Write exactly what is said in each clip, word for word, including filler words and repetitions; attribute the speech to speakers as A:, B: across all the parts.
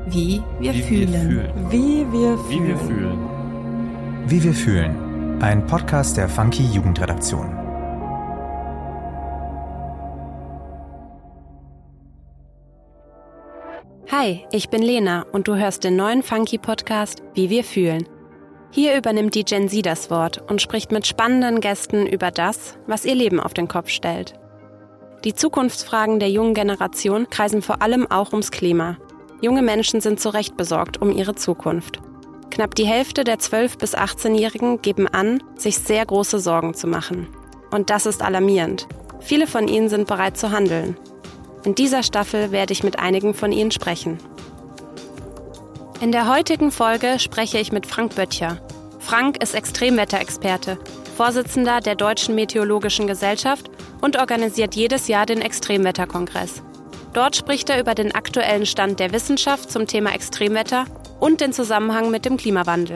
A: Wie wir
B: Wie wir
A: fühlen.
B: fühlen.
A: Wie wir
B: Wie wir
A: fühlen.
B: fühlen.
C: Wie wir fühlen. Ein Podcast der Funky Jugendredaktion.
D: Hi, ich bin Lena und du hörst den neuen Funky-Podcast Wie wir fühlen. Hier übernimmt die Gen Z das Wort und spricht mit spannenden Gästen über das, was ihr Leben auf den Kopf stellt. Die Zukunftsfragen der jungen Generation kreisen vor allem auch ums Klima. Junge Menschen sind zu Recht besorgt um ihre Zukunft. Knapp die Hälfte der zwölf- bis achtzehnjährigen geben an, sich sehr große Sorgen zu machen. Und das ist alarmierend. Viele von ihnen sind bereit zu handeln. In dieser Staffel werde ich mit einigen von ihnen sprechen. In der heutigen Folge spreche ich mit Frank Böttcher. Frank ist Extremwetterexperte, Vorsitzender der Deutschen Meteorologischen Gesellschaft und organisiert jedes Jahr den Extremwetterkongress. Dort spricht er über den aktuellen Stand der Wissenschaft zum Thema Extremwetter und den Zusammenhang mit dem Klimawandel.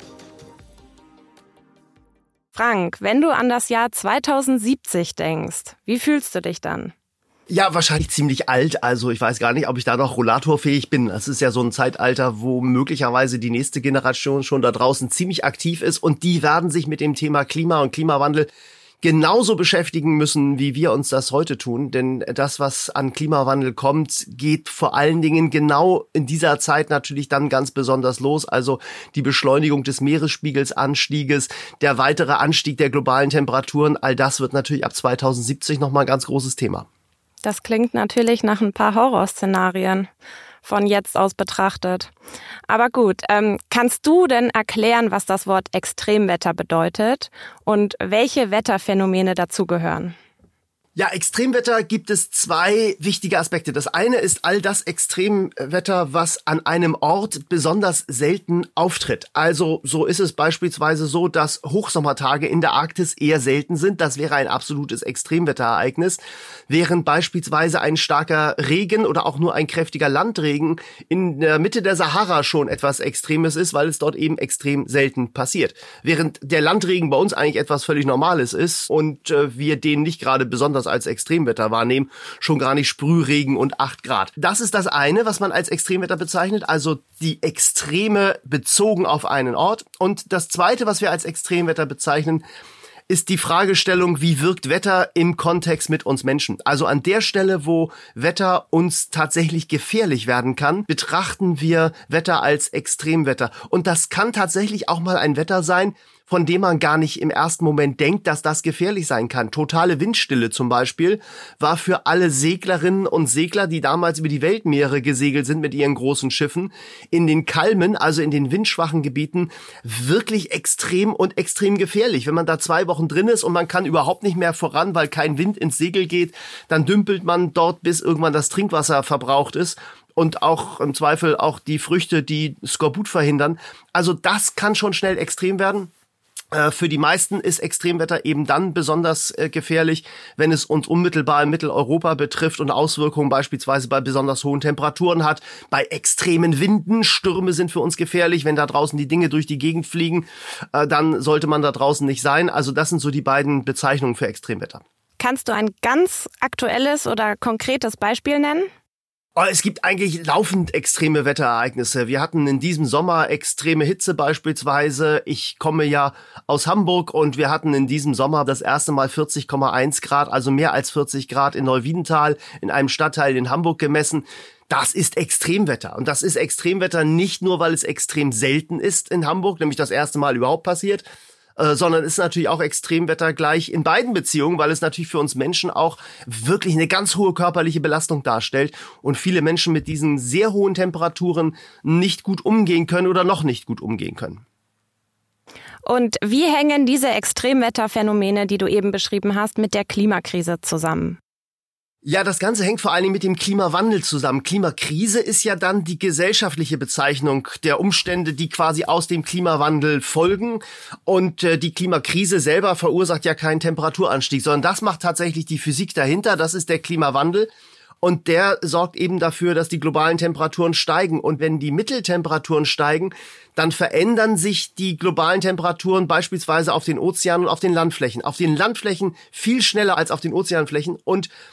D: Frank, wenn du an das Jahr zweitausendsiebzig denkst, wie fühlst du dich dann?
E: Ja, wahrscheinlich ziemlich alt. Also ich weiß gar nicht, ob ich da noch rollatorfähig bin. Das ist ja so ein Zeitalter, wo möglicherweise die nächste Generation schon da draußen ziemlich aktiv ist. Und die werden sich mit dem Thema Klima und Klimawandel genauso beschäftigen müssen, wie wir uns das heute tun. Denn das, was an Klimawandel kommt, geht vor allen Dingen genau in dieser Zeit natürlich dann ganz besonders los. Also die Beschleunigung des Meeresspiegelsanstieges, der weitere Anstieg der globalen Temperaturen, all das wird natürlich ab zweitausendsiebzig nochmal ein ganz großes Thema.
D: Das klingt natürlich nach ein paar Horrorszenarien von jetzt aus betrachtet. Aber gut, ähm, kannst du denn erklären, was das Wort Extremwetter bedeutet und welche Wetterphänomene dazugehören?
E: Ja, Extremwetter gibt es zwei wichtige Aspekte. Das eine ist all das Extremwetter, was an einem Ort besonders selten auftritt. Also so ist es beispielsweise so, dass Hochsommertage in der Arktis eher selten sind. Das wäre ein absolutes Extremwetterereignis. Während beispielsweise ein starker Regen oder auch nur ein kräftiger Landregen in der Mitte der Sahara schon etwas Extremes ist, weil es dort eben extrem selten passiert. Während der Landregen bei uns eigentlich etwas völlig Normales ist und äh, wir den nicht gerade besonders als Extremwetter wahrnehmen, schon gar nicht Sprühregen und acht Grad. Das ist das eine, was man als Extremwetter bezeichnet, also die Extreme bezogen auf einen Ort. Und das zweite, was wir als Extremwetter bezeichnen, ist die Fragestellung, wie wirkt Wetter im Kontext mit uns Menschen? Also an der Stelle, wo Wetter uns tatsächlich gefährlich werden kann, betrachten wir Wetter als Extremwetter. Und das kann tatsächlich auch mal ein Wetter sein, von dem man gar nicht im ersten Moment denkt, dass das gefährlich sein kann. Totale Windstille zum Beispiel war für alle Seglerinnen und Segler, die damals über die Weltmeere gesegelt sind mit ihren großen Schiffen, in den kalmen, also in den windschwachen Gebieten, wirklich extrem und extrem gefährlich. Wenn man da zwei Wochen drin ist und man kann überhaupt nicht mehr voran, weil kein Wind ins Segel geht, dann dümpelt man dort, bis irgendwann das Trinkwasser verbraucht ist. Und auch im Zweifel auch die Früchte, die Skorbut verhindern. Also das kann schon schnell extrem werden. Für die meisten ist Extremwetter eben dann besonders äh, gefährlich, wenn es uns unmittelbar in Mitteleuropa betrifft und Auswirkungen beispielsweise bei besonders hohen Temperaturen hat. Bei extremen Winden, Stürme sind für uns gefährlich. Wenn da draußen die Dinge durch die Gegend fliegen, äh, dann sollte man da draußen nicht sein. Also das sind so die beiden Bezeichnungen für Extremwetter.
D: Kannst du ein ganz aktuelles oder konkretes Beispiel nennen?
E: Oh, es gibt eigentlich laufend extreme Wetterereignisse. Wir hatten in diesem Sommer extreme Hitze beispielsweise. Ich komme ja aus Hamburg und wir hatten in diesem Sommer das erste Mal vierzig Komma eins Grad, also mehr als vierzig Grad in Neuwiedental, in einem Stadtteil in Hamburg gemessen. Das ist Extremwetter. Und das ist Extremwetter nicht nur, weil es extrem selten ist in Hamburg, nämlich das erste Mal überhaupt passiert, Äh, sondern ist natürlich auch Extremwetter gleich in beiden Beziehungen, weil es natürlich für uns Menschen auch wirklich eine ganz hohe körperliche Belastung darstellt und viele Menschen mit diesen sehr hohen Temperaturen nicht gut umgehen können oder noch nicht gut umgehen können.
D: Und wie hängen diese Extremwetterphänomene, die du eben beschrieben hast, mit der Klimakrise zusammen?
E: Ja, das Ganze hängt vor allen Dingen mit dem Klimawandel zusammen. Klimakrise ist ja dann die gesellschaftliche Bezeichnung der Umstände, die quasi aus dem Klimawandel folgen. Und äh, die Klimakrise selber verursacht ja keinen Temperaturanstieg, sondern das macht tatsächlich die Physik dahinter. Das ist der Klimawandel. Und der sorgt eben dafür, dass die globalen Temperaturen steigen. Und wenn die Mitteltemperaturen steigen, dann verändern sich die globalen Temperaturen beispielsweise auf den Ozeanen und auf den Landflächen. Auf den Landflächen viel schneller als auf den Ozeanflächen und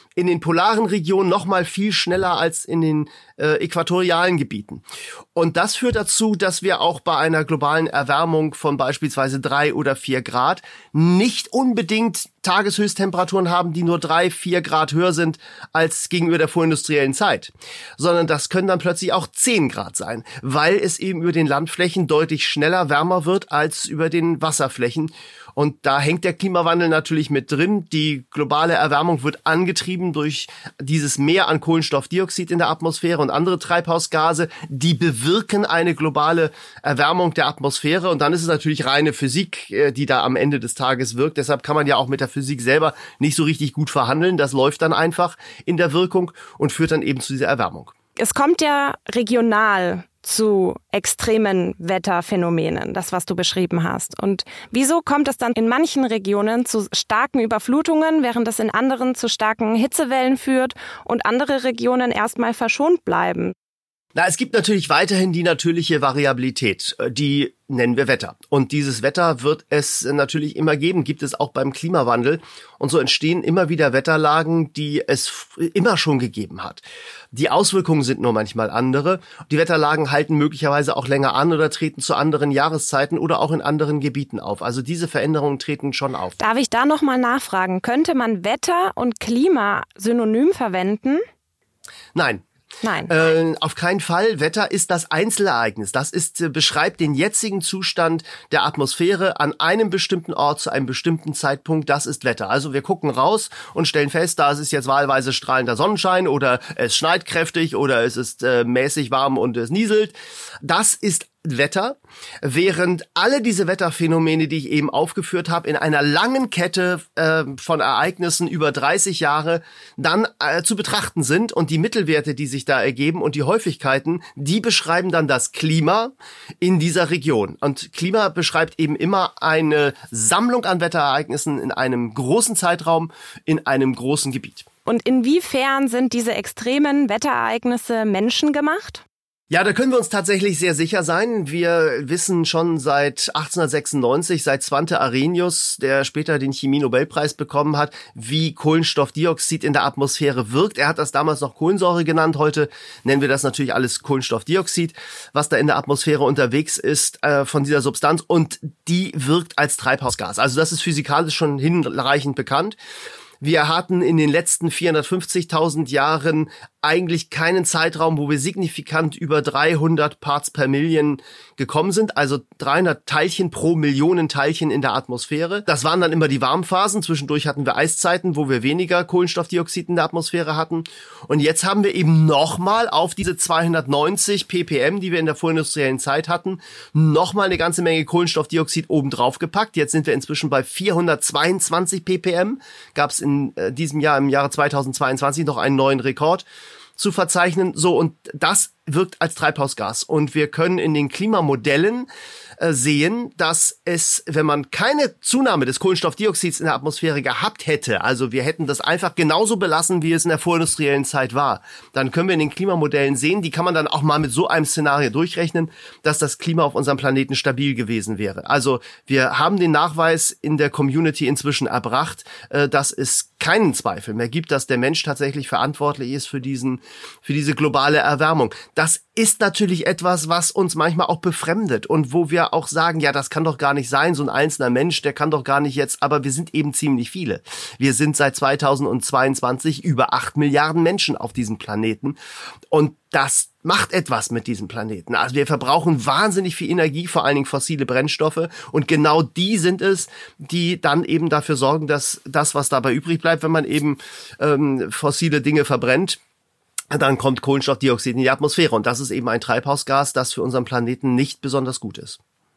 E: in den polaren Regionen noch mal viel schneller als in den äh, äquatorialen Gebieten. Und das führt dazu, dass wir auch bei einer globalen Erwärmung von beispielsweise drei oder vier Grad nicht unbedingt Tageshöchsttemperaturen haben, die nur drei, vier Grad höher sind als gegenüber der vorindustriellen Zeit, sondern das können dann plötzlich auch zehn Grad sein, weil es eben über den Landflächen deutlich schneller wärmer wird als über den Wasserflächen. Und da hängt der Klimawandel natürlich mit drin. Die globale Erwärmung wird angetrieben durch dieses Mehr an Kohlenstoffdioxid in der Atmosphäre und andere Treibhausgase, die bewirken eine globale Erwärmung der Atmosphäre. Und dann ist es natürlich reine Physik, die da am Ende des Tages wirkt. Deshalb kann man ja auch mit der Physik selber nicht so richtig gut verhandeln. Das läuft dann einfach in der Wirkung und führt dann eben zu dieser Erwärmung.
D: Es kommt ja regional zu extremen Wetterphänomenen, das, was du beschrieben hast. Und wieso kommt es dann in manchen Regionen zu starken Überflutungen, während es in anderen zu starken Hitzewellen führt und andere Regionen erstmal verschont bleiben?
E: Na, es gibt natürlich weiterhin die natürliche Variabilität, die nennen wir Wetter. Und dieses Wetter wird es natürlich immer geben, gibt es auch beim Klimawandel. Und so entstehen immer wieder Wetterlagen, die es immer schon gegeben hat. Die Auswirkungen sind nur manchmal andere. Die Wetterlagen halten möglicherweise auch länger an oder treten zu anderen Jahreszeiten oder auch in anderen Gebieten auf. Also diese Veränderungen treten schon auf.
D: Darf ich da nochmal nachfragen? Könnte man Wetter und Klima synonym verwenden?
E: Nein.
D: Nein.
E: Äh, auf keinen Fall. Wetter ist das Einzelereignis. Das ist, äh, beschreibt den jetzigen Zustand der Atmosphäre an einem bestimmten Ort zu einem bestimmten Zeitpunkt. Das ist Wetter. Also wir gucken raus und stellen fest, da ist jetzt wahlweise strahlender Sonnenschein oder es schneit kräftig oder es ist äh, mäßig warm und es nieselt. Das ist Wetter, während alle diese Wetterphänomene, die ich eben aufgeführt habe, in einer langen Kette äh, von Ereignissen über dreißig Jahre dann äh, zu betrachten sind und die Mittelwerte, die sich da ergeben und die Häufigkeiten, die beschreiben dann das Klima in dieser Region. Und Klima beschreibt eben immer eine Sammlung an Wetterereignissen in einem großen Zeitraum, in einem großen Gebiet.
D: Und inwiefern sind diese extremen Wetterereignisse menschengemacht?
E: Ja, da können wir uns tatsächlich sehr sicher sein. Wir wissen schon seit achtzehnhundertsechsundneunzig, seit Svante Arrhenius, der später den Chemie-Nobelpreis bekommen hat, wie Kohlenstoffdioxid in der Atmosphäre wirkt. Er hat das damals noch Kohlensäure genannt. Heute nennen wir das natürlich alles Kohlenstoffdioxid, was da in der Atmosphäre unterwegs ist äh, von dieser Substanz. Und die wirkt als Treibhausgas. Also das ist physikalisch schon hinreichend bekannt. Wir hatten in den letzten vierhundertfünfzigtausend Jahren eigentlich keinen Zeitraum, wo wir signifikant über dreihundert Parts per Million gekommen sind, also dreihundert Teilchen pro Millionen Teilchen in der Atmosphäre. Das waren dann immer die Warmphasen. Zwischendurch hatten wir Eiszeiten, wo wir weniger Kohlenstoffdioxid in der Atmosphäre hatten. Und jetzt haben wir eben nochmal auf diese zweihundertneunzig ppm, die wir in der vorindustriellen Zeit hatten, nochmal eine ganze Menge Kohlenstoffdioxid obendrauf gepackt. Jetzt sind wir inzwischen bei vierhundertzweiundzwanzig ppm. Gab es in äh, diesem Jahr, im Jahre zweitausendzweiundzwanzig, noch einen neuen Rekord zu verzeichnen. So, und das wirkt als Treibhausgas. Und wir können in den Klimamodellen äh, sehen, dass es, wenn man keine Zunahme des Kohlenstoffdioxids in der Atmosphäre gehabt hätte, also wir hätten das einfach genauso belassen, wie es in der vorindustriellen Zeit war, dann können wir in den Klimamodellen sehen, die kann man dann auch mal mit so einem Szenario durchrechnen, dass das Klima auf unserem Planeten stabil gewesen wäre. Also wir haben den Nachweis in der Community inzwischen erbracht, äh, dass es keinen Zweifel mehr gibt, dass der Mensch tatsächlich verantwortlich ist für diesen, für diese globale Erwärmung. Das ist natürlich etwas, was uns manchmal auch befremdet und wo wir auch sagen, ja, das kann doch gar nicht sein, so ein einzelner Mensch, der kann doch gar nicht jetzt, aber wir sind eben ziemlich viele. Wir sind seit zweitausendzweiundzwanzig über acht Milliarden Menschen auf diesem Planeten und das macht etwas mit diesem Planeten. Also wir verbrauchen wahnsinnig viel Energie, vor allen Dingen fossile Brennstoffe und genau die sind es, die dann eben dafür sorgen, dass das, was dabei übrig bleibt, wenn man eben ähm, fossile Dinge verbrennt, dann kommt Kohlenstoffdioxid in die Atmosphäre. Und das ist eben ein Treibhausgas, das für unseren Planeten nicht besonders gut ist.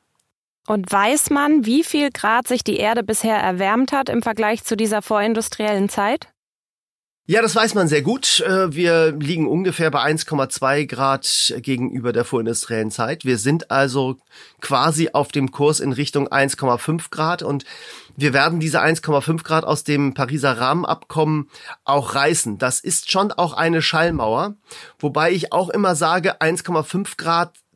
D: Und weiß man, wie viel Grad sich die Erde bisher erwärmt hat im Vergleich zu dieser vorindustriellen Zeit?
E: Ja, das weiß man sehr gut. Wir liegen ungefähr bei eins Komma zwei Grad gegenüber der vorindustriellen Zeit. Wir sind also quasi auf dem Kurs in Richtung eins Komma fünf Grad und wir werden diese eins Komma fünf Grad aus dem Pariser Rahmenabkommen auch reißen. Das ist schon auch eine Schallmauer, wobei ich auch immer sage, eins Komma fünf Grad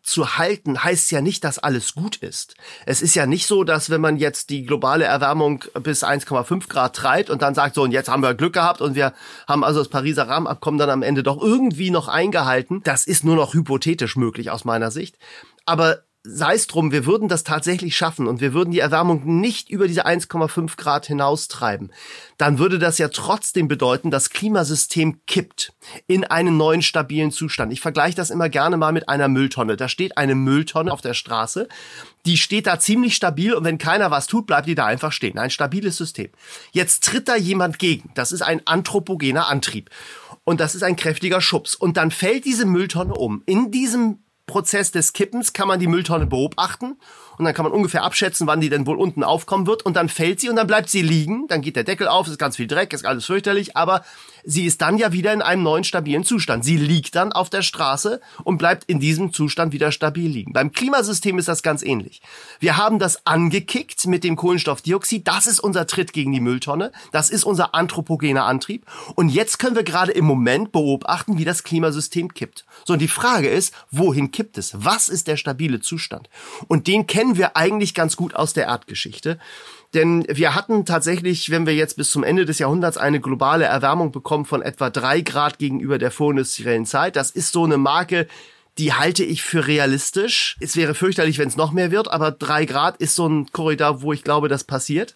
E: zu halten, heißt ja nicht, dass alles gut ist. Es ist ja nicht so, dass wenn man jetzt die globale Erwärmung bis eins Komma fünf Grad treibt und dann sagt, so, und jetzt haben wir Glück gehabt und wir haben also das Pariser Rahmenabkommen dann am Ende doch irgendwie noch eingehalten. Das ist nur noch hypothetisch möglich aus meiner Sicht. Aber sei es drum, wir würden das tatsächlich schaffen und wir würden die Erwärmung nicht über diese eins Komma fünf Grad hinaustreiben, dann würde das ja trotzdem bedeuten, das Klimasystem kippt in einen neuen stabilen Zustand. Ich vergleiche das immer gerne mal mit einer Mülltonne. Da steht eine Mülltonne auf der Straße, die steht da ziemlich stabil und wenn keiner was tut, bleibt die da einfach stehen. Ein stabiles System. Jetzt tritt da jemand gegen. Das ist ein anthropogener Antrieb und das ist ein kräftiger Schubs. Und dann fällt diese Mülltonne um. In diesem Prozess des Kippens kann man die Mülltonne beobachten und dann kann man ungefähr abschätzen, wann die denn wohl unten aufkommen wird und dann fällt sie und dann bleibt sie liegen, dann geht der Deckel auf, ist ganz viel Dreck, ist alles fürchterlich, aber sie ist dann ja wieder in einem neuen stabilen Zustand. Sie liegt dann auf der Straße und bleibt in diesem Zustand wieder stabil liegen. Beim Klimasystem ist das ganz ähnlich. Wir haben das angekickt mit dem Kohlenstoffdioxid, das ist unser Tritt gegen die Mülltonne, das ist unser anthropogener Antrieb und jetzt können wir gerade im Moment beobachten, wie das Klimasystem kippt. So, und die Frage ist, wohin kippt es? Was ist der stabile Zustand? Und den kennen wir eigentlich ganz gut aus der Erdgeschichte. Denn wir hatten tatsächlich, wenn wir jetzt bis zum Ende des Jahrhunderts eine globale Erwärmung bekommen von etwa drei Grad gegenüber der vorindustriellen Zeit. Das ist so eine Marke, die halte ich für realistisch. Es wäre fürchterlich, wenn es noch mehr wird, aber drei Grad ist so ein Korridor, wo ich glaube, das passiert.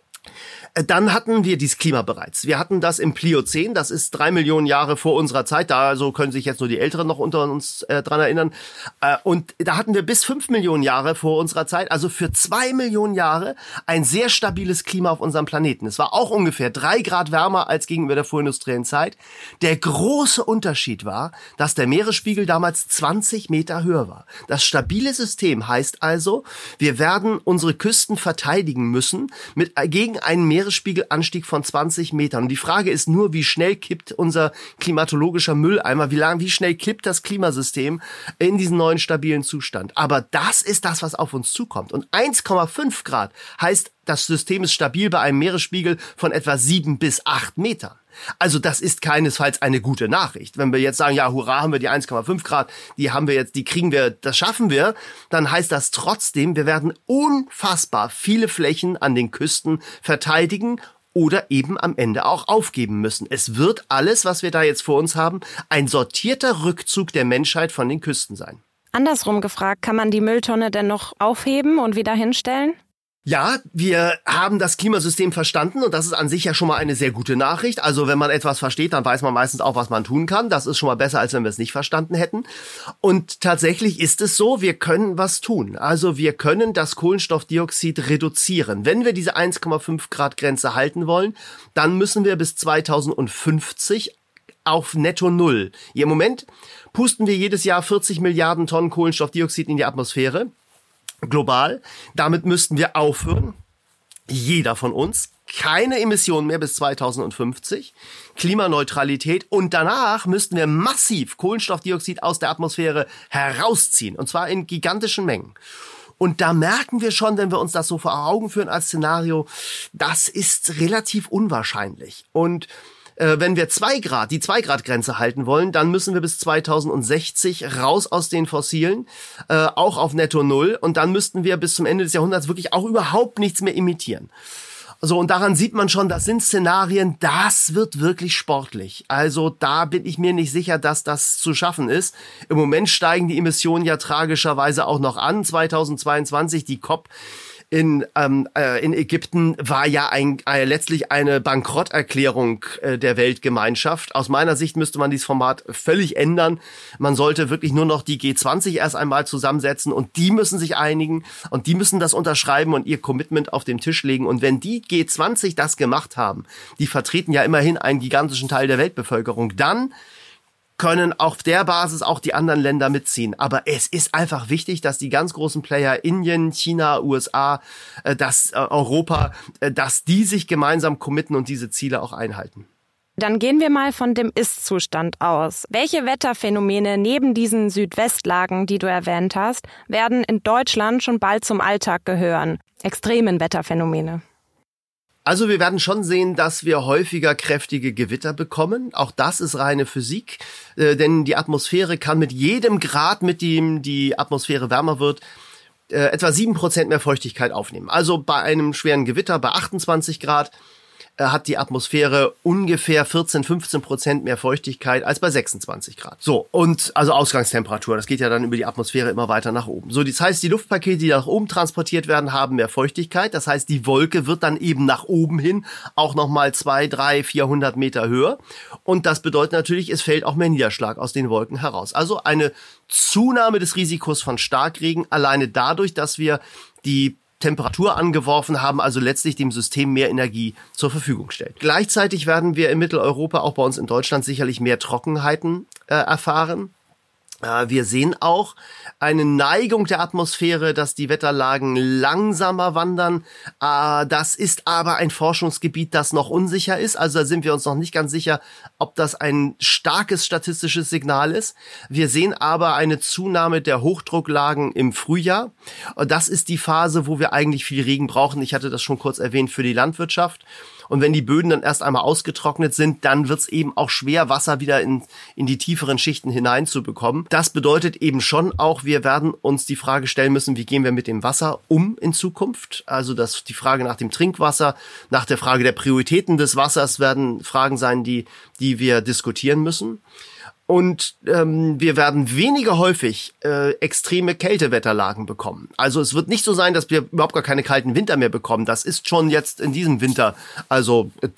E: Dann hatten wir dieses Klima bereits. Wir hatten das im Pliozän, das ist drei Millionen Jahre vor unserer Zeit, da so können sich jetzt nur die Älteren noch unter uns äh, dran erinnern. Äh, und da hatten wir bis fünf Millionen Jahre vor unserer Zeit, also für zwei Millionen Jahre ein sehr stabiles Klima auf unserem Planeten. Es war auch ungefähr drei Grad wärmer als gegenüber der vorindustriellen Zeit. Der große Unterschied war, dass der Meeresspiegel damals zwanzig Meter höher war. Das stabile System heißt also, wir werden unsere Küsten verteidigen müssen mit gegen einen Meeresspiegelanstieg von zwanzig Metern. Und die Frage ist nur, wie schnell kippt unser klimatologischer Mülleimer, wie lang, wie schnell kippt das Klimasystem in diesen neuen stabilen Zustand. Aber das ist das, was auf uns zukommt. Und eins Komma fünf Grad heißt, das System ist stabil bei einem Meeresspiegel von etwa sieben bis acht Metern. Also das ist keinesfalls eine gute Nachricht. Wenn wir jetzt sagen, ja, hurra, haben wir die eins Komma fünf Grad, die haben wir jetzt, die kriegen wir, das schaffen wir, dann heißt das trotzdem, wir werden unfassbar viele Flächen an den Küsten verteidigen oder eben am Ende auch aufgeben müssen. Es wird alles, was wir da jetzt vor uns haben, ein sortierter Rückzug der Menschheit von den Küsten sein.
D: Andersrum gefragt, kann man die Mülltonne denn noch aufheben und wieder hinstellen?
E: Ja, wir haben das Klimasystem verstanden und das ist an sich ja schon mal eine sehr gute Nachricht. Also wenn man etwas versteht, dann weiß man meistens auch, was man tun kann. Das ist schon mal besser, als wenn wir es nicht verstanden hätten. Und tatsächlich ist es so, wir können was tun. Also wir können das Kohlenstoffdioxid reduzieren. Wenn wir diese eins Komma fünf Grad Grenze halten wollen, dann müssen wir bis zweitausendfünfzig auf netto null. Im Moment pusten wir jedes Jahr vierzig Milliarden Tonnen Kohlenstoffdioxid in die Atmosphäre. Global. Damit müssten wir aufhören. Jeder von uns. Keine Emissionen mehr bis zweitausendfünfzig. Klimaneutralität. Und danach müssten wir massiv Kohlenstoffdioxid aus der Atmosphäre herausziehen. Und zwar in gigantischen Mengen. Und da merken wir schon, wenn wir uns das so vor Augen führen als Szenario, das ist relativ unwahrscheinlich. Und wenn wir zwei Grad, die zwei Grad Grenze halten wollen, dann müssen wir bis zweitausendsechzig raus aus den Fossilen, äh, auch auf netto null. Und dann müssten wir bis zum Ende des Jahrhunderts wirklich auch überhaupt nichts mehr emittieren. So, und daran sieht man schon, das sind Szenarien, das wird wirklich sportlich. Also da bin ich mir nicht sicher, dass das zu schaffen ist. Im Moment steigen die Emissionen ja tragischerweise auch noch an. zweitausendzweiundzwanzig, die COP in ähm, äh, in Ägypten war ja ein, äh, letztlich eine Bankrotterklärung äh, der Weltgemeinschaft. Aus meiner Sicht müsste man dieses Format völlig ändern. Man sollte wirklich nur noch die G zwanzig erst einmal zusammensetzen und die müssen sich einigen und die müssen das unterschreiben und ihr Commitment auf den Tisch legen. Und wenn die G zwanzig das gemacht haben, die vertreten ja immerhin einen gigantischen Teil der Weltbevölkerung, dann können auf der Basis auch die anderen Länder mitziehen. Aber es ist einfach wichtig, dass die ganz großen Player Indien, China, U S A, äh, das, äh, Europa, äh, dass die sich gemeinsam committen und diese Ziele auch einhalten.
D: Dann gehen wir mal von dem Ist-Zustand aus. Welche Wetterphänomene neben diesen Südwestlagen, die du erwähnt hast, werden in Deutschland schon bald zum Alltag gehören? Extremen Wetterphänomene.
E: Also wir werden schon sehen, dass wir häufiger kräftige Gewitter bekommen. Auch das ist reine Physik, äh, denn die Atmosphäre kann mit jedem Grad, mit dem die Atmosphäre wärmer wird, äh, etwa sieben Prozent mehr Feuchtigkeit aufnehmen. Also bei einem schweren Gewitter bei achtundzwanzig Grad hat die Atmosphäre ungefähr vierzehn, fünfzehn Prozent mehr Feuchtigkeit als bei sechsundzwanzig Grad. So, und also Ausgangstemperatur, das geht ja dann über die Atmosphäre immer weiter nach oben. So, das heißt, die Luftpakete, die nach oben transportiert werden, haben mehr Feuchtigkeit. Das heißt, die Wolke wird dann eben nach oben hin auch nochmal zwei, drei, vierhundert Meter höher. Und das bedeutet natürlich, es fällt auch mehr Niederschlag aus den Wolken heraus. Also eine Zunahme des Risikos von Starkregen alleine dadurch, dass wir die Temperatur angeworfen haben, also letztlich dem System mehr Energie zur Verfügung stellt. Gleichzeitig werden wir in Mitteleuropa, auch bei uns in Deutschland, sicherlich mehr Trockenheiten äh, erfahren. Äh, wir sehen auch eine Neigung der Atmosphäre, dass die Wetterlagen langsamer wandern. Äh, das ist aber ein Forschungsgebiet, das noch unsicher ist. Also da sind wir uns noch nicht ganz sicher, ob das ein starkes statistisches Signal ist. Wir sehen aber eine Zunahme der Hochdrucklagen im Frühjahr. Und das ist die Phase, wo wir eigentlich viel Regen brauchen. Ich hatte das schon kurz erwähnt für die Landwirtschaft. Und wenn die Böden dann erst einmal ausgetrocknet sind, dann wird es eben auch schwer, Wasser wieder in, in die tieferen Schichten hineinzubekommen. Das bedeutet eben schon auch, wir werden uns die Frage stellen müssen, wie gehen wir mit dem Wasser um in Zukunft? Also das, die Frage nach dem Trinkwasser, nach der Frage der Prioritäten des Wassers werden Fragen sein, die, die wir diskutieren müssen. Und ähm, wir werden weniger häufig äh, extreme Kältewetterlagen bekommen. Also es wird nicht so sein, dass wir überhaupt gar keine kalten Winter mehr bekommen. Das ist schon jetzt in diesem Winter. Also äh,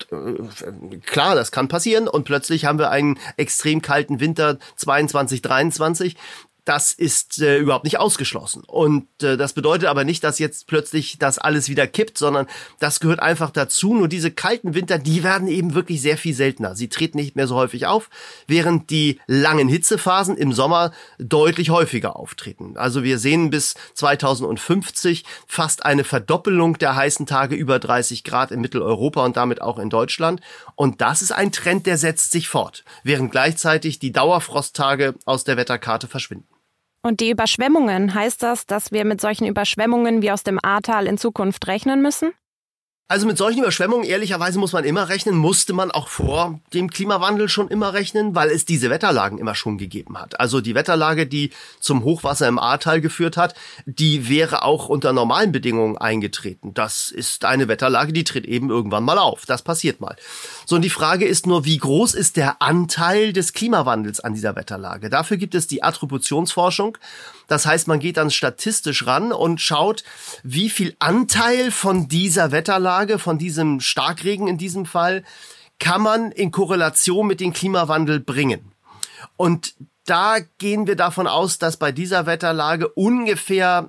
E: klar, das kann passieren. Und plötzlich haben wir einen extrem kalten Winter zweiundzwanzig, dreiundzwanzig. Das ist äh, überhaupt nicht ausgeschlossen. Und äh, das bedeutet aber nicht, dass jetzt plötzlich das alles wieder kippt, sondern das gehört einfach dazu. Nur diese kalten Winter, die werden eben wirklich sehr viel seltener. Sie treten nicht mehr so häufig auf, während die langen Hitzephasen im Sommer deutlich häufiger auftreten. Also wir sehen bis zweitausendfünfzig fast eine Verdoppelung der heißen Tage über dreißig Grad in Mitteleuropa und damit auch in Deutschland. Und das ist ein Trend, der setzt sich fort, während gleichzeitig die Dauerfrosttage aus der Wetterkarte verschwinden.
D: Und die Überschwemmungen, heißt das, dass wir mit solchen Überschwemmungen wie aus dem Ahrtal in Zukunft rechnen müssen?
E: Also mit solchen Überschwemmungen, ehrlicherweise muss man immer rechnen, musste man auch vor dem Klimawandel schon immer rechnen, weil es diese Wetterlagen immer schon gegeben hat. Also die Wetterlage, die zum Hochwasser im Ahrtal geführt hat, die wäre auch unter normalen Bedingungen eingetreten. Das ist eine Wetterlage, die tritt eben irgendwann mal auf. Das passiert mal. So, und die Frage ist nur, wie groß ist der Anteil des Klimawandels an dieser Wetterlage? Dafür gibt es die Attributionsforschung. Das heißt, man geht dann statistisch ran und schaut, wie viel Anteil von dieser Wetterlage, von diesem Starkregen in diesem Fall, kann man in Korrelation mit dem Klimawandel bringen. Und da gehen wir davon aus, dass bei dieser Wetterlage ungefähr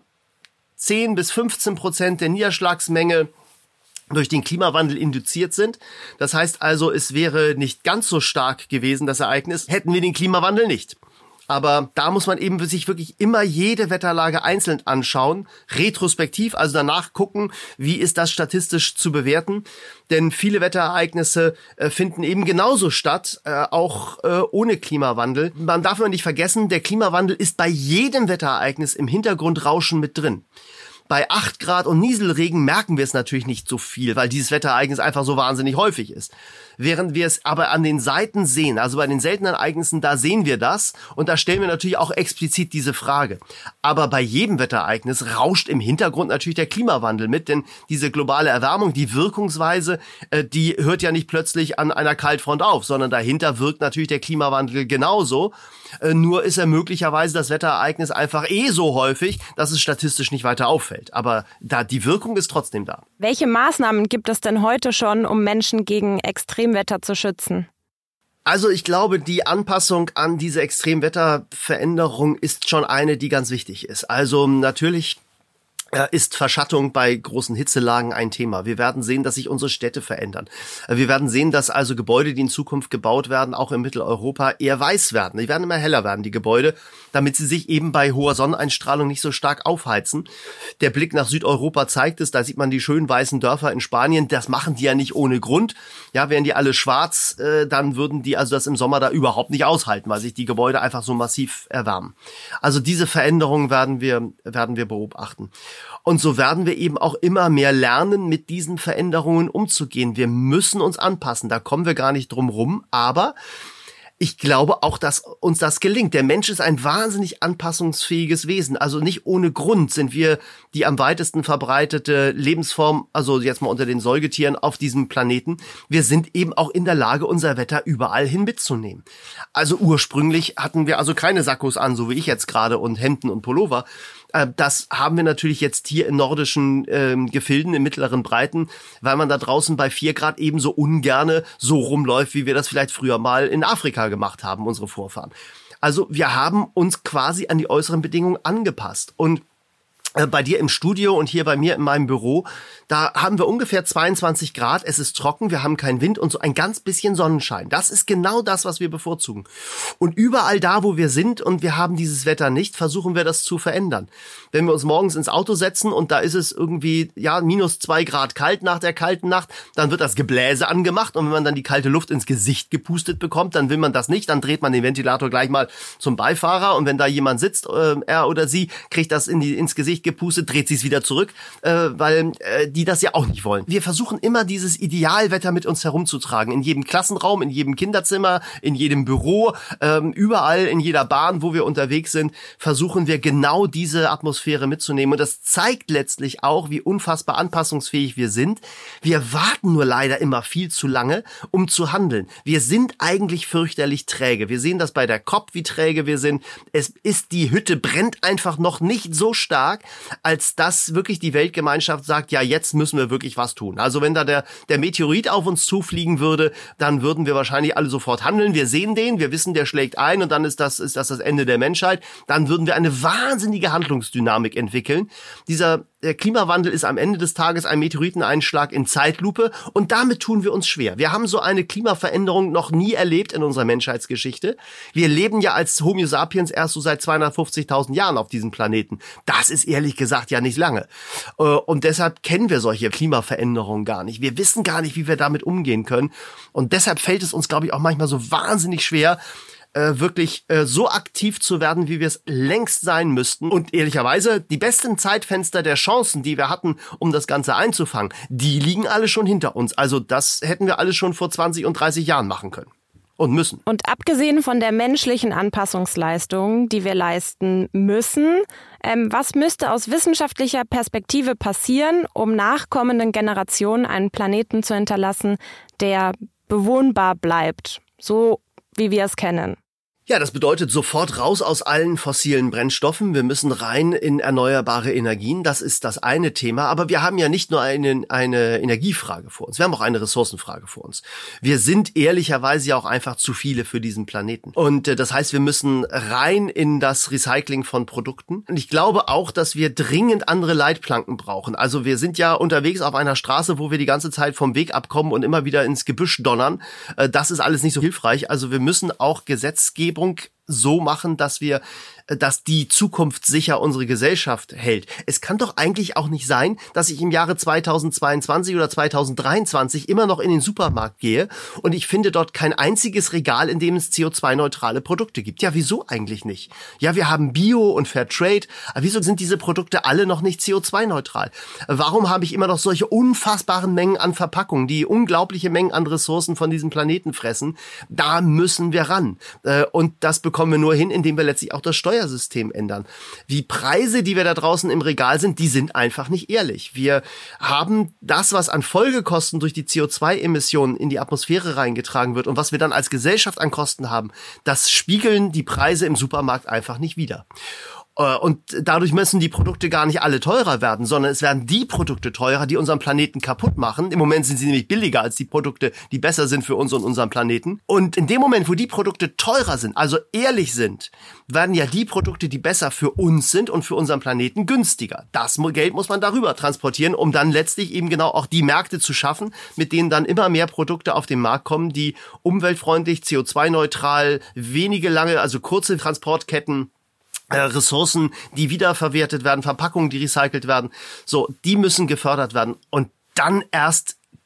E: zehn bis fünfzehn Prozent der Niederschlagsmenge durch den Klimawandel induziert sind. Das heißt also, es wäre nicht ganz so stark gewesen, das Ereignis, hätten wir den Klimawandel nicht. Aber da muss man eben sich wirklich immer jede Wetterlage einzeln anschauen, retrospektiv, also danach gucken, wie ist das statistisch zu bewerten. Denn viele Wetterereignisse äh, finden eben genauso statt, äh, auch äh, ohne Klimawandel. Man darf immer nicht vergessen, der Klimawandel ist bei jedem Wetterereignis im Hintergrundrauschen mit drin. Bei acht Grad und Nieselregen merken wir es natürlich nicht so viel, weil dieses Wetterereignis einfach so wahnsinnig häufig ist. Während wir es aber an den Seiten sehen, also bei den seltenen Ereignissen, da sehen wir das und da stellen wir natürlich auch explizit diese Frage. Aber bei jedem Wetterereignis rauscht im Hintergrund natürlich der Klimawandel mit, denn diese globale Erwärmung, die Wirkungsweise, äh, die hört ja nicht plötzlich an einer Kaltfront auf, sondern dahinter wirkt natürlich der Klimawandel genauso. Äh, nur ist er möglicherweise das Wetterereignis einfach eh so häufig, dass es statistisch nicht weiter auffällt. Aber da die Wirkung ist trotzdem da.
D: Welche Maßnahmen gibt es denn heute schon, um Menschen gegen Extremwetter zu schützen?
E: Also ich glaube, die Anpassung an diese Extremwetterveränderung ist schon eine, die ganz wichtig ist. Also natürlich ist Verschattung bei großen Hitzelagen ein Thema. Wir werden sehen, dass sich unsere Städte verändern. Wir werden sehen, dass also Gebäude, die in Zukunft gebaut werden, auch in Mitteleuropa eher weiß werden. Die werden immer heller werden, die Gebäude, damit sie sich eben bei hoher Sonneneinstrahlung nicht so stark aufheizen. Der Blick nach Südeuropa zeigt es, da sieht man die schönen weißen Dörfer in Spanien. Das machen die ja nicht ohne Grund. Ja, wären die alle schwarz, äh, dann würden die also das im Sommer da überhaupt nicht aushalten, weil sich die Gebäude einfach so massiv erwärmen. Also diese Veränderungen werden wir, werden wir beobachten. Und so werden wir eben auch immer mehr lernen, mit diesen Veränderungen umzugehen. Wir müssen uns anpassen, da kommen wir gar nicht drum rum, aber ich glaube auch, dass uns das gelingt. Der Mensch ist ein wahnsinnig anpassungsfähiges Wesen. Also nicht ohne Grund sind wir die am weitesten verbreitete Lebensform, also jetzt mal unter den Säugetieren auf diesem Planeten. Wir sind eben auch in der Lage, unser Wetter überall hin mitzunehmen. Also ursprünglich hatten wir also keine Sakkos an, so wie ich jetzt gerade, und Hemden und Pullover. Das haben wir natürlich jetzt hier in nordischen äh, Gefilden, in mittleren Breiten, weil man da draußen bei vier Grad ebenso ungerne so rumläuft, wie wir das vielleicht früher mal in Afrika gemacht haben, unsere Vorfahren. Also wir haben uns quasi an die äußeren Bedingungen angepasst. Und äh, bei dir im Studio und hier bei mir in meinem Büro, da haben wir ungefähr zweiundzwanzig Grad, es ist trocken, wir haben keinen Wind und so ein ganz bisschen Sonnenschein. Das ist genau das, was wir bevorzugen. Und überall da, wo wir sind und wir haben dieses Wetter nicht, versuchen wir das zu verändern. Wenn wir uns morgens ins Auto setzen und da ist es irgendwie, ja, minus zwei Grad kalt nach der kalten Nacht, dann wird das Gebläse angemacht und wenn man dann die kalte Luft ins Gesicht gepustet bekommt, dann will man das nicht, dann dreht man den Ventilator gleich mal zum Beifahrer und wenn da jemand sitzt, äh, er oder sie, kriegt das in die, ins Gesicht gepustet, dreht sie es wieder zurück, äh, weil äh, die das ja auch nicht wollen. Wir versuchen immer dieses Idealwetter mit uns herumzutragen, in jedem Klassenraum, in jedem Kinderzimmer, in jedem Büro, ähm, überall, in jeder Bahn, wo wir unterwegs sind, versuchen wir genau diese Atmosphäre mitzunehmen und das zeigt letztlich auch, wie unfassbar anpassungsfähig wir sind. Wir warten nur leider immer viel zu lange, um zu handeln. Wir sind eigentlich fürchterlich träge. Wir sehen das bei der C O P, wie träge wir sind. Es ist, die Hütte brennt einfach noch nicht so stark, als dass wirklich die Weltgemeinschaft sagt, ja, jetzt müssen wir wirklich was tun. Also wenn da der, der Meteorit auf uns zufliegen würde, dann würden wir wahrscheinlich alle sofort handeln. Wir sehen den, wir wissen, der schlägt ein und dann ist das, ist das das Ende der Menschheit. Dann würden wir eine wahnsinnige Handlungsdynamik entwickeln. Dieser der Klimawandel ist am Ende des Tages ein Meteoriteneinschlag in Zeitlupe und damit tun wir uns schwer. Wir haben so eine Klimaveränderung noch nie erlebt in unserer Menschheitsgeschichte. Wir leben ja als Homo sapiens erst so seit zweihundertfünfzigtausend Jahren auf diesem Planeten. Das ist ehrlich gesagt ja nicht lange. Und deshalb kennen wir solche Klimaveränderungen gar nicht. Wir wissen gar nicht, wie wir damit umgehen können. Und deshalb fällt es uns, glaube ich, auch manchmal so wahnsinnig schwer, Äh, wirklich äh, so aktiv zu werden, wie wir es längst sein müssten. Und ehrlicherweise, die besten Zeitfenster der Chancen, die wir hatten, um das Ganze einzufangen, die liegen alle schon hinter uns. Also das hätten wir alles schon vor zwanzig und dreißig Jahren machen können. Und müssen.
D: Und abgesehen von der menschlichen Anpassungsleistung, die wir leisten müssen, ähm, was müsste aus wissenschaftlicher Perspektive passieren, um nachkommenden Generationen einen Planeten zu hinterlassen, der bewohnbar bleibt, so wie wir es kennen?
E: Ja, das bedeutet sofort raus aus allen fossilen Brennstoffen. Wir müssen rein in erneuerbare Energien. Das ist das eine Thema. Aber wir haben ja nicht nur eine, eine Energiefrage vor uns. Wir haben auch eine Ressourcenfrage vor uns. Wir sind ehrlicherweise ja auch einfach zu viele für diesen Planeten. Und äh, das heißt, wir müssen rein in das Recycling von Produkten. Und ich glaube auch, dass wir dringend andere Leitplanken brauchen. Also wir sind ja unterwegs auf einer Straße, wo wir die ganze Zeit vom Weg abkommen und immer wieder ins Gebüsch donnern. Äh, das ist alles nicht so hilfreich. Also wir müssen auch Gesetzgebung so machen, dass wir, dass die Zukunft sicher unsere Gesellschaft hält. Es kann doch eigentlich auch nicht sein, dass ich im Jahre zweitausendzweiundzwanzig oder zweitausenddreiundzwanzig immer noch in den Supermarkt gehe und ich finde dort kein einziges Regal, in dem es C O zwei neutrale Produkte gibt. Ja, wieso eigentlich nicht? Ja, wir haben Bio und Fairtrade, aber wieso sind diese Produkte alle noch nicht C O zwei neutral? Warum habe ich immer noch solche unfassbaren Mengen an Verpackungen, die unglaubliche Mengen an Ressourcen von diesem Planeten fressen? Da müssen wir ran. Und das bekommen wir nur hin, indem wir letztlich auch das Steuersystem ändern. Die Preise, die wir da draußen im Regal sind, die sind einfach nicht ehrlich. Wir haben das, was an Folgekosten durch die C O zwei Emissionen in die Atmosphäre reingetragen wird und was wir dann als Gesellschaft an Kosten haben, das spiegeln die Preise im Supermarkt einfach nicht wider. Und dadurch müssen die Produkte gar nicht alle teurer werden, sondern es werden die Produkte teurer, die unseren Planeten kaputt machen. Im Moment sind sie nämlich billiger als die Produkte, die besser sind für uns und unseren Planeten. Und in dem Moment, wo die Produkte teurer sind, also ehrlich sind, werden ja die Produkte, die besser für uns sind und für unseren Planeten, günstiger. Das Geld muss man darüber transportieren, um dann letztlich eben genau auch die Märkte zu schaffen, mit denen dann immer mehr Produkte auf den Markt kommen, die umweltfreundlich, C O zwei neutral, wenige lange, also kurze Transportketten, Ressourcen, die wiederverwertet werden, Verpackungen, die recycelt werden, so, die müssen gefördert werden. Und dann erst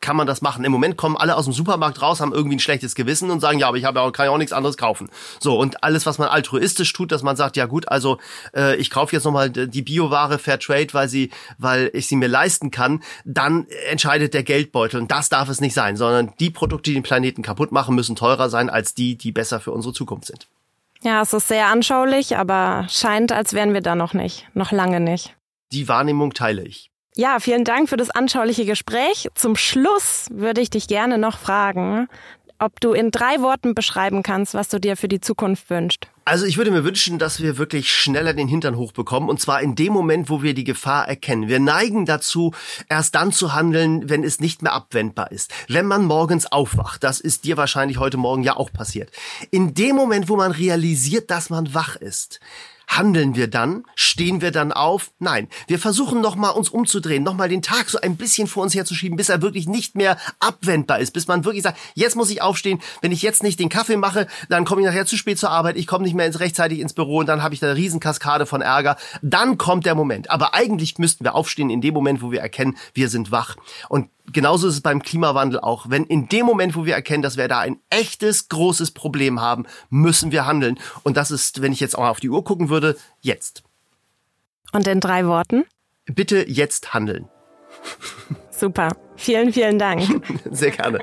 E: kann man das machen. Im Moment kommen alle aus dem Supermarkt raus, haben irgendwie ein schlechtes Gewissen und sagen, ja, aber ich habe ja auch, kann ja auch nichts anderes kaufen. So, und alles, was man altruistisch tut, dass man sagt, ja gut, also äh, ich kaufe jetzt nochmal die Bioware Fairtrade, weil sie, weil ich sie mir leisten kann, dann entscheidet der Geldbeutel. Und das darf es nicht sein, sondern die Produkte, die den Planeten kaputt machen, müssen teurer sein als die, die besser für unsere Zukunft sind.
D: Ja, es ist sehr anschaulich, aber scheint, als wären wir da noch nicht. Noch lange nicht.
E: Die Wahrnehmung teile ich.
D: Ja, vielen Dank für das anschauliche Gespräch. Zum Schluss würde ich dich gerne noch fragen, ob du in drei Worten beschreiben kannst, was du dir für die Zukunft wünschst.
E: Also ich würde mir wünschen, dass wir wirklich schneller den Hintern hochbekommen, und zwar in dem Moment, wo wir die Gefahr erkennen. Wir neigen dazu, erst dann zu handeln, wenn es nicht mehr abwendbar ist. Wenn man morgens aufwacht, das ist dir wahrscheinlich heute Morgen ja auch passiert. In dem Moment, wo man realisiert, dass man wach ist, handeln wir dann? Stehen wir dann auf? Nein. Wir versuchen nochmal uns umzudrehen, nochmal den Tag so ein bisschen vor uns herzuschieben, bis er wirklich nicht mehr abwendbar ist, bis man wirklich sagt, jetzt muss ich aufstehen, wenn ich jetzt nicht den Kaffee mache, dann komme ich nachher zu spät zur Arbeit, ich komme nicht mehr ins, rechtzeitig ins Büro und dann habe ich da eine Riesenkaskade von Ärger. Dann kommt der Moment. Aber eigentlich müssten wir aufstehen in dem Moment, wo wir erkennen, wir sind wach. Und genauso ist es beim Klimawandel auch. Wenn in dem Moment, wo wir erkennen, dass wir da ein echtes, großes Problem haben, müssen wir handeln. Und das ist, wenn ich jetzt auch auf die Uhr gucken würde, jetzt.
D: Und in drei Worten?
E: Bitte jetzt handeln.
D: Super. Vielen, vielen Dank.
E: Sehr gerne.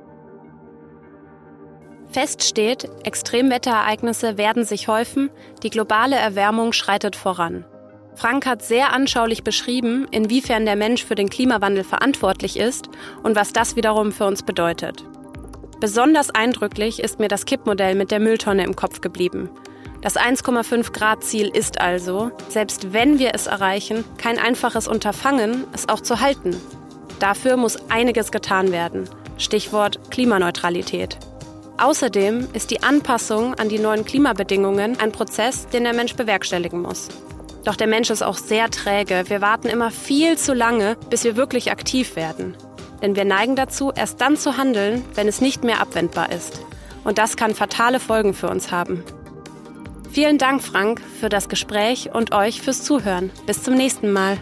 D: Fest steht, Extremwetterereignisse werden sich häufen, die globale Erwärmung schreitet voran. Frank hat sehr anschaulich beschrieben, inwiefern der Mensch für den Klimawandel verantwortlich ist und was das wiederum für uns bedeutet. Besonders eindrücklich ist mir das Kippmodell mit der Mülltonne im Kopf geblieben. Das eins Komma fünf Grad Ziel ist also, selbst wenn wir es erreichen, kein einfaches Unterfangen, es auch zu halten. Dafür muss einiges getan werden. Stichwort Klimaneutralität. Außerdem ist die Anpassung an die neuen Klimabedingungen ein Prozess, den der Mensch bewerkstelligen muss. Doch der Mensch ist auch sehr träge. Wir warten immer viel zu lange, bis wir wirklich aktiv werden. Denn wir neigen dazu, erst dann zu handeln, wenn es nicht mehr abwendbar ist. Und das kann fatale Folgen für uns haben. Vielen Dank, Frank, für das Gespräch und euch fürs Zuhören. Bis zum nächsten Mal.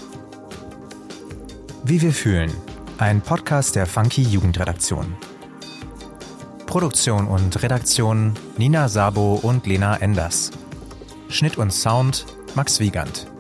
C: Wie wir fühlen. Ein Podcast der Funky Jugendredaktion. Produktion und Redaktion Nina Sabo und Lena Enders. Schnitt und Sound Max Wiegand.